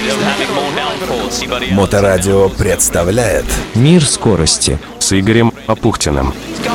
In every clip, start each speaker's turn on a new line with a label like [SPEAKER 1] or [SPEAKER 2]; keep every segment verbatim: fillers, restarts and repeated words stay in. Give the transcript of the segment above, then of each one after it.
[SPEAKER 1] Моторадио представляет
[SPEAKER 2] «Мир скорости» с Игорем Апухтиным.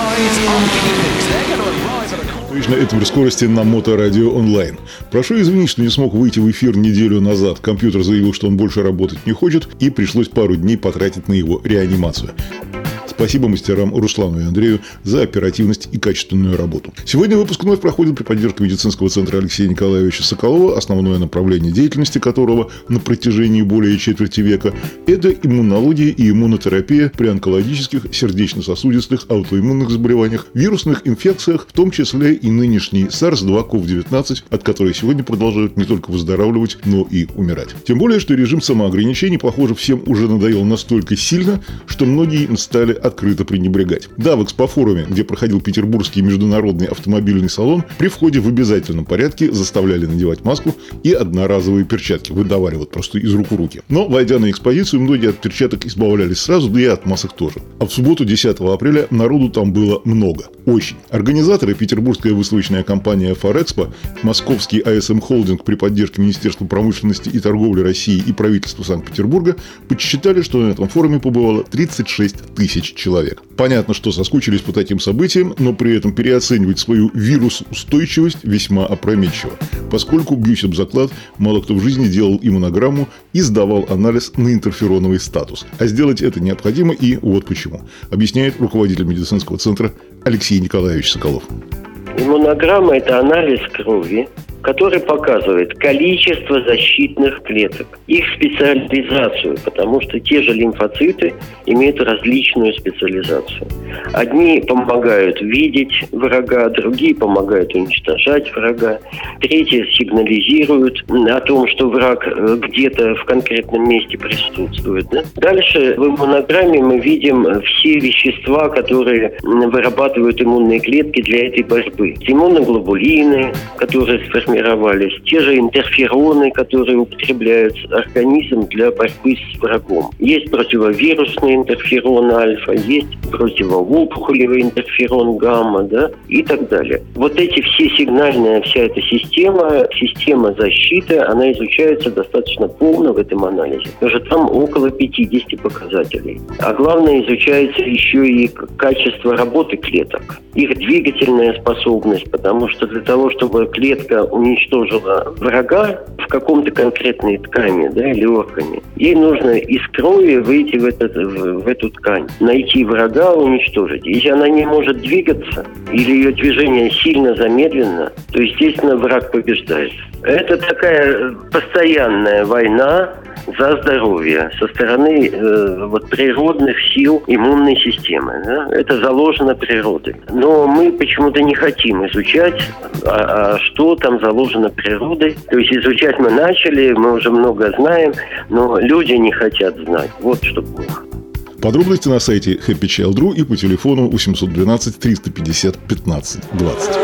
[SPEAKER 3] Точно, это «Мир скорости» на Моторадио онлайн. Прошу извинить, что не смог выйти в эфир неделю назад. Компьютер заявил, что он больше работать не хочет, и пришлось пару дней потратить на его реанимацию. Спасибо мастерам Руслану и Андрею за оперативность и качественную работу. Сегодня выпуск вновь проходит при поддержке медицинского центра Алексея Николаевича Соколова, основное направление деятельности которого на протяжении более четверти века – это иммунология и иммунотерапия при онкологических, сердечно-сосудистых, аутоиммунных заболеваниях, вирусных инфекциях, в том числе и нынешний сарс два ков девятнадцать, от которой сегодня продолжают не только выздоравливать, но и умирать. Тем более, что режим самоограничений, похоже, всем уже надоел настолько сильно, что многие стали открыто пренебрегать. Да, в экспофоруме, где проходил Петербургский международный автомобильный салон, при входе в обязательном порядке заставляли надевать маску и одноразовые перчатки. Выдавали вот просто из рук в руки. Но, войдя на экспозицию, многие от перчаток избавлялись сразу, да и от масок тоже. А в субботу, десятого апреля, народу там было много. Очень. Организаторы, петербургская выставочная компания Фарэкспо, московский а эс эм Холдинг при поддержке Министерства промышленности и торговли России и правительства Санкт-Петербурга подсчитали, что на этом форуме побывало тридцать шесть тысяч человек. Понятно, что соскучились по таким событиям, но при этом переоценивать свою вирус-устойчивость весьма опрометчиво, поскольку, бьюсь об заклад, мало кто в жизни делал иммунограмму и сдавал анализ на интерфероновый статус. А сделать это необходимо, и вот почему, объясняет руководитель медицинского центра Алексей Николаевич Соколов.
[SPEAKER 4] Иммунограмма – это анализ крови, который показывает количество защитных клеток, их специализацию, потому что те же лимфоциты имеют различную специализацию. Одни помогают видеть врага, другие помогают уничтожать врага, третьи сигнализируют о том, что враг где-то в конкретном месте присутствует. Да? Дальше в иммунограмме мы видим все вещества, которые вырабатывают иммунные клетки для этой борьбы. Иммуноглобулины, которые сформированы, те же интерфероны, которые употребляют организм для борьбы с врагом. Есть противовирусный интерферон альфа, есть противоопухолевый интерферон гамма, да, и так далее. Вот эти все сигнальная, вся эта система, система защиты, она изучается достаточно полно в этом анализе. Потому что там около пятидесяти показателей. А главное, изучается еще и качество работы клеток, их двигательная способность, потому что для того, чтобы клетка уничтожила врага в каком-то конкретной ткани, да, или органе, ей нужно из крови выйти в, этот, в, в эту ткань, найти врага, уничтожить. Если она не может двигаться, или ее движение сильно замедлено, то, естественно, враг побеждает. Это такая постоянная война за здоровье со стороны э, вот, природных сил иммунной системы. Да? Это заложено природой. Но мы почему-то не хотим изучать, а, а что там заложено природой. То есть изучать мы начали, мы уже много знаем, но люди не хотят знать. Вот что плохо.
[SPEAKER 3] Подробности на сайте хэппи чайлд точка ру и по телефону восемьсот двенадцать триста пятьдесят пятнадцать двадцать.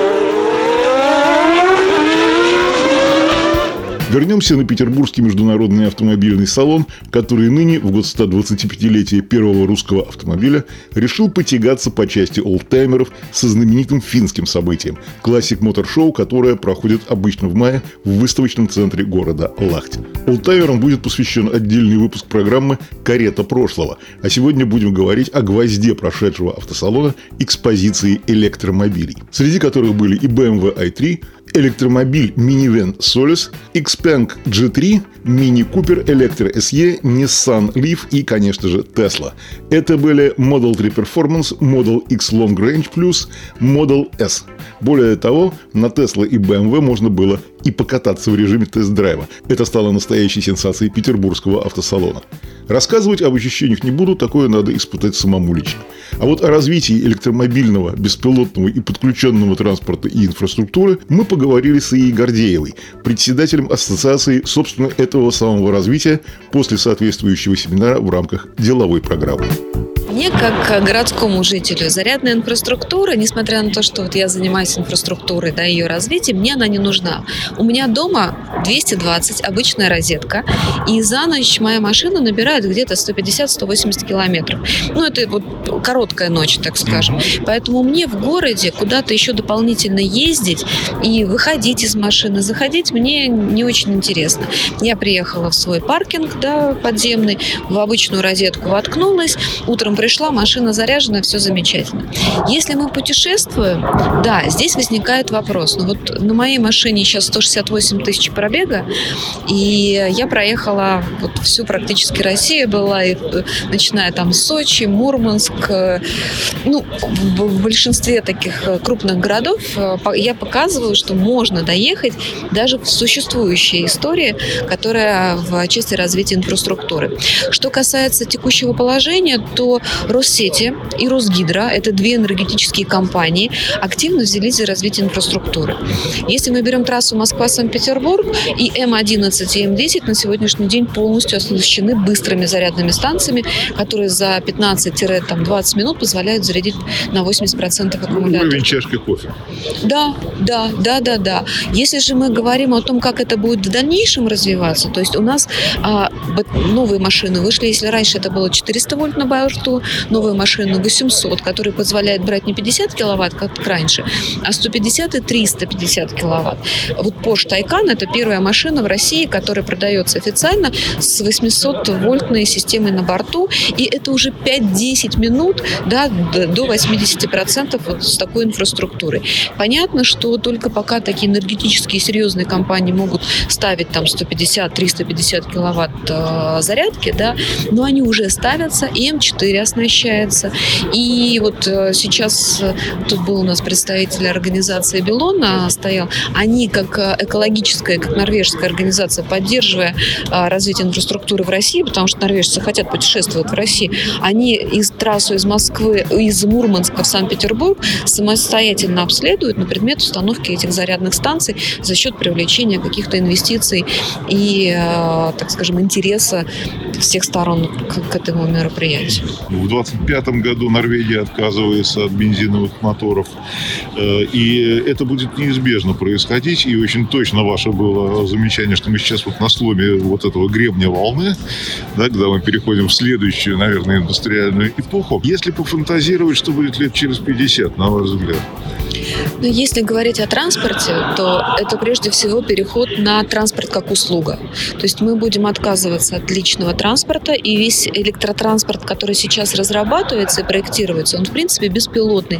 [SPEAKER 3] Вернемся на Петербургский международный автомобильный салон, который ныне, в год стодвадцатипятилетия первого русского автомобиля, решил потягаться по части олдтаймеров со знаменитым финским событием – Classic Motor Show, которое проходит обычно в мае в выставочном центре города Лахти. Олдтаймерам будет посвящен отдельный выпуск программы «Карета прошлого», а сегодня будем говорить о гвозде прошедшего автосалона – экспозиции электромобилей, среди которых были и бэ эм вэ ай три, электромобиль Minivan Solus, Xpeng джи три, Mini Cooper, Electra эс и, Nissan Leaf и, конечно же, Tesla. Это были Model три Performance, Model X Long Range Plus, Model S. Более того, на Tesla и бэ эм вэ можно было и покататься в режиме тест-драйва. Это стало настоящей сенсацией петербургского автосалона. Рассказывать об ощущениях не буду, такое надо испытать самому лично. А вот о развитии электромобильного, беспилотного и подключенного транспорта и инфраструктуры мы поговорили с Ией Гордеевой, председателем ассоциации, собственно, этого самого развития после соответствующего семинара в рамках деловой программы.
[SPEAKER 5] Мне, как городскому жителю, зарядная инфраструктура, несмотря на то, что вот я занимаюсь инфраструктурой, да, ее развитием, мне она не нужна. У меня дома двести двадцать, обычная розетка, и за ночь моя машина набирает где-то сто пятьдесят - сто восемьдесят километров. Ну, это вот короткая ночь, так скажем. Поэтому мне в городе куда-то еще дополнительно ездить и выходить из машины, заходить мне не очень интересно. Я приехала в свой паркинг, да, подземный, в обычную розетку воткнулась, утром пришла, машина заряжена, все замечательно. Если мы путешествуем, да, здесь возникает вопрос. Ну вот на моей машине сейчас сто шестьдесят восемь тысяч пробега, и я проехала вот всю практически Россию, была, и, начиная там с Сочи, Мурманск, ну, в, в большинстве таких крупных городов я показываю, что можно доехать даже в существующие истории, которая в части развития инфраструктуры. Что касается текущего положения, то Россети и Росгидро, это две энергетические компании, активно взялись за развитие инфраструктуры. Если мы берем трассу Москва-Санкт-Петербург, и эм одиннадцать и эм десять на сегодняшний день полностью оснащены быстрыми зарядными станциями, которые за пятнадцать - двадцать минут позволяют зарядить на восемьдесят процентов аккумулятора.
[SPEAKER 3] Уровень чашки кофе.
[SPEAKER 5] Да, да, да, да, да. Если же мы говорим о том, как это будет в дальнейшем развиваться, то есть у нас а, новые машины вышли, если раньше это было четыреста вольт на борту, новые машины восемьсот, которые позволяют брать не пятьдесят киловатт, как раньше, а сто пятьдесят и триста пятьдесят киловатт. Вот Porsche Taycan — это первая машина в России, которая продается официально с восемьсот вольтной системой на борту, и это уже пять-десять минут, да, до восемьдесят процентов вот с такой инфраструктурой. Понятно, что только пока такие энергетические серьезные компании могут ставить там сто пятьдесят - триста пятьдесят киловатт э, зарядки, да, но они уже ставятся, и эм четыре оснащается. И вот э, сейчас э, тут был у нас представитель организации Белона стоял, они как экологическая, как норвежская организация, поддерживая э, развитие инфраструктуры в России, потому что норвежцы хотят путешествовать в России, они из трассу из Москвы, из Мурманска в Санкт-Петербург самостоятельно обследуют на предмет установки этих зарядных станций за счет привлечения каких-то инвестиций и, э, так скажем, интереса всех сторон к, к этому мероприятию.
[SPEAKER 3] В двадцать пятом году Норвегия отказывается от бензиновых моторов, э, и это будет неизбежно происходить. И очень точно ваше было замечание, что мы сейчас вот на сломе вот этого гребня волны, да, когда мы переходим в следующую, наверное, индустриальную эпоху. Если пофантазировать, что будет лет через пятьдесят, на ваш взгляд?
[SPEAKER 5] Но если говорить о транспорте, то это прежде всего переход на транспорт как услуга. То есть мы будем отказываться от личного транспорта, и весь электротранспорт, который сейчас разрабатывается и проектируется, он в принципе беспилотный.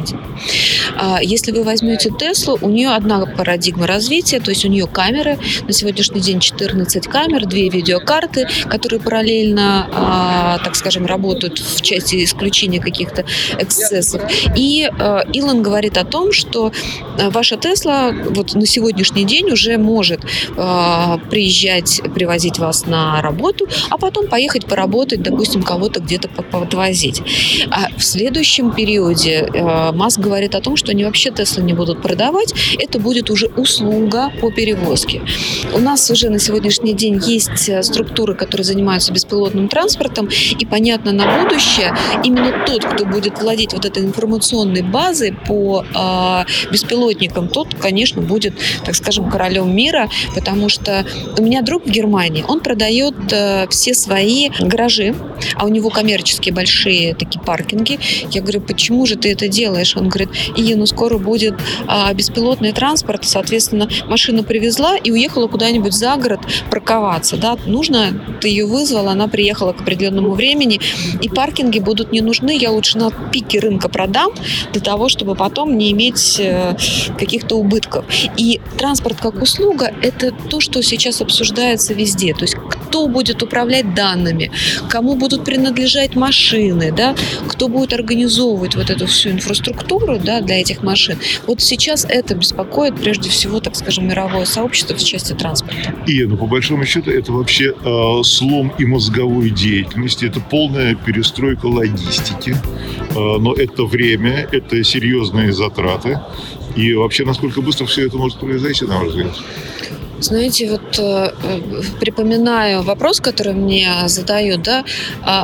[SPEAKER 5] Если вы возьмете Теслу, у нее одна парадигма развития, то есть у нее камеры, на сегодняшний день четырнадцать камер, две видеокарты, которые параллельно, так скажем, работают в части исключения каких-то эксцессов. И Илон говорит о том, что ваша Тесла вот на сегодняшний день уже может э, приезжать, привозить вас на работу, а потом поехать поработать, допустим, кого-то где-то подвозить. А в следующем периоде э, Маск говорит о том, что они вообще Теслы не будут продавать, это будет уже услуга по перевозке. У нас уже на сегодняшний день есть структуры, которые занимаются беспилотным транспортом, и понятно на будущее, именно тот, кто будет владеть вот этой информационной базой по э, беспилотникам, тот, конечно, будет, так скажем, королем мира, потому что у меня друг в Германии, он продает э, все свои гаражи, а у него коммерческие большие такие паркинги. Я говорю, почему же ты это делаешь? Он говорит, и ну скоро будет э, беспилотный транспорт, соответственно, машина привезла и уехала куда-нибудь за город парковаться, да, нужно, ты ее вызвал, она приехала к определенному времени, и паркинги будут не нужны, я лучше на пике рынка продам, для того, чтобы потом не иметь каких-то убытков. И транспорт как услуга – это то, что сейчас обсуждается везде. То есть кто будет управлять данными, кому будут принадлежать машины, да, кто будет организовывать вот эту всю инфраструктуру, да, для этих машин. Вот сейчас это беспокоит прежде всего, так скажем, мировое сообщество в части транспорта. И, ну, по большому счету, это вообще э, слом и мозговой деятельности, это полная перестройка логистики, э, но это время, это серьезные затраты. И вообще, насколько быстро все это может произойти, на ваш взгляд? Знаете, вот э, припоминаю вопрос, который мне задают, да,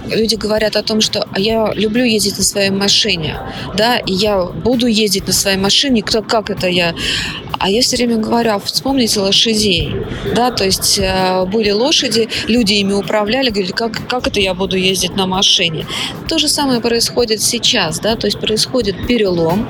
[SPEAKER 5] люди говорят о том, что я люблю ездить на своей машине, да, и я буду ездить на своей машине, кто, как это я? А я все время говорю, вспомните лошадей, да, то есть э, были лошади, люди ими управляли, говорили, как, как это я буду ездить на машине? То же самое происходит сейчас, да, то есть происходит перелом,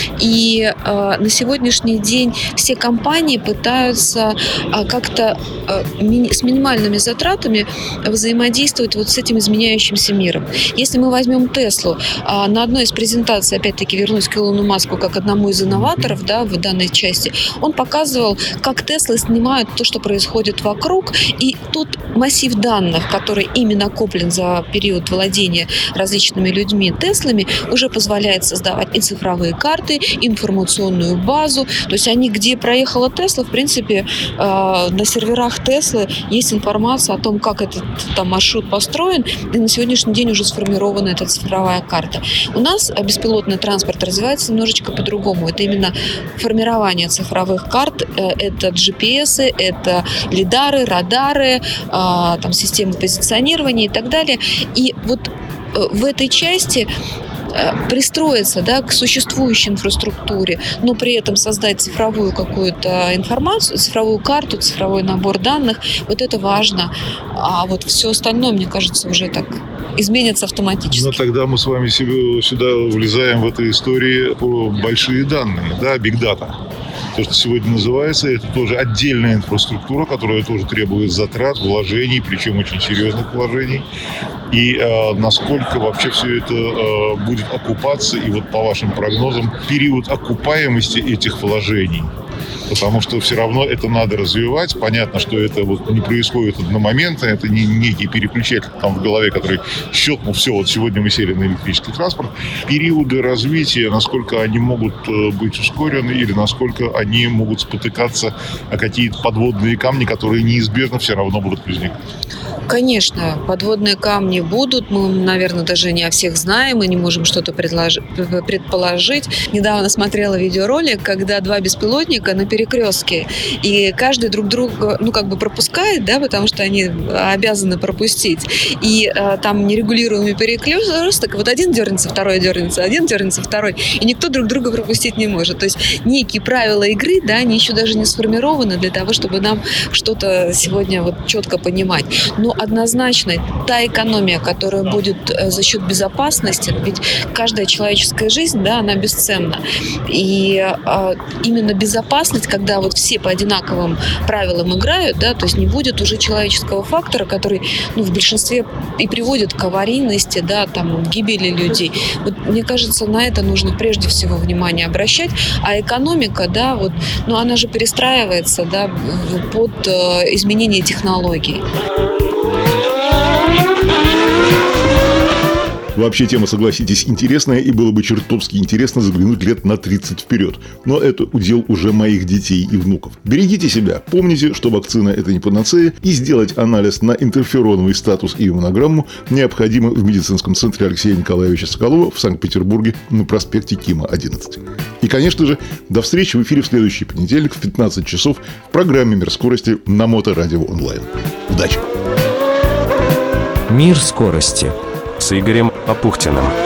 [SPEAKER 5] и э, на сегодняшний день все компании пытаются э, как-то э, ми- с минимальными затратами взаимодействовать вот с этим изменяющимся миром. Если мы возьмем Теслу, э, на одной из презентаций, опять-таки вернусь к Илону Маску как одному из инноваторов, да, в данной части, он показывал, как Теслы снимают то, что происходит вокруг, и тот массив данных, который ими накоплен за период владения различными людьми Теслами, уже позволяет создавать и цифровые карты, и информационную базу. То есть они, где проехала Тесла, в принципе, э, на серверах Теслы есть информация о том, как этот там маршрут построен, и на сегодняшний день уже сформирована эта цифровая карта. У нас беспилотный транспорт развивается немножечко по-другому. Это именно формирование цифровых цифровых карт, это джи пи эс, это лидары, радары, там, системы позиционирования и так далее. И вот в этой части пристроиться, да, к существующей инфраструктуре, но при этом создать цифровую какую-то информацию, цифровую карту, цифровой набор данных, вот это важно. А вот все остальное, мне кажется, уже так изменится автоматически.
[SPEAKER 3] Но тогда мы с вами сюда влезаем в этой истории про большие данные, да, big data. То, что сегодня называется, это тоже отдельная инфраструктура, которая тоже требует затрат, вложений, причем очень серьезных вложений. И э, насколько вообще все это э, будет окупаться, и вот по вашим прогнозам, период окупаемости этих вложений. Потому что все равно это надо развивать. Понятно, что это вот не происходит одномоментно, это не некий переключатель там в голове, который щелкнул, все, вот сегодня мы сели на электрический транспорт. Периоды развития, насколько они могут быть ускорены или насколько они могут спотыкаться о какие-то подводные камни, которые неизбежно все равно будут возникать.
[SPEAKER 5] Конечно, подводные камни будут. Мы, наверное, даже не о всех знаем и не можем что-то предлож... предположить. Недавно смотрела видеоролик, когда два беспилотника на перекрестке, и каждый друг друга, ну, как бы пропускает, да, потому что они обязаны пропустить. И а, там нерегулируемый перекресток, вот один дернется, второй дернется, один дернется, второй, и никто друг друга пропустить не может. То есть некие правила игры, да, они еще даже не сформированы для того, чтобы нам что-то сегодня вот четко понимать. Но однозначно та экономия, которая будет за счет безопасности, ведь каждая человеческая жизнь, да, она бесценна. И а, именно безопасность, когда вот все по одинаковым правилам играют, да, то есть не будет уже человеческого фактора, который, ну, в большинстве и приводит к аварийности, да, там, гибели людей. Вот, мне кажется, на это нужно прежде всего внимание обращать. А экономика, да, вот, ну, она же перестраивается, да, под э, изменение технологий.
[SPEAKER 3] Вообще тема, согласитесь, интересная, и было бы чертовски интересно заглянуть лет на тридцать вперед. Но это удел уже моих детей и внуков. Берегите себя, помните, что вакцина – это не панацея, и сделать анализ на интерфероновый статус и иммунограмму необходимо в медицинском центре Алексея Николаевича Соколова в Санкт-Петербурге на проспекте Кима, одиннадцать. И, конечно же, до встречи в эфире в следующий понедельник в пятнадцать часов в программе «Мир скорости» на Моторадио онлайн. Удачи!
[SPEAKER 2] Мир скорости с Игорем Апухтиным.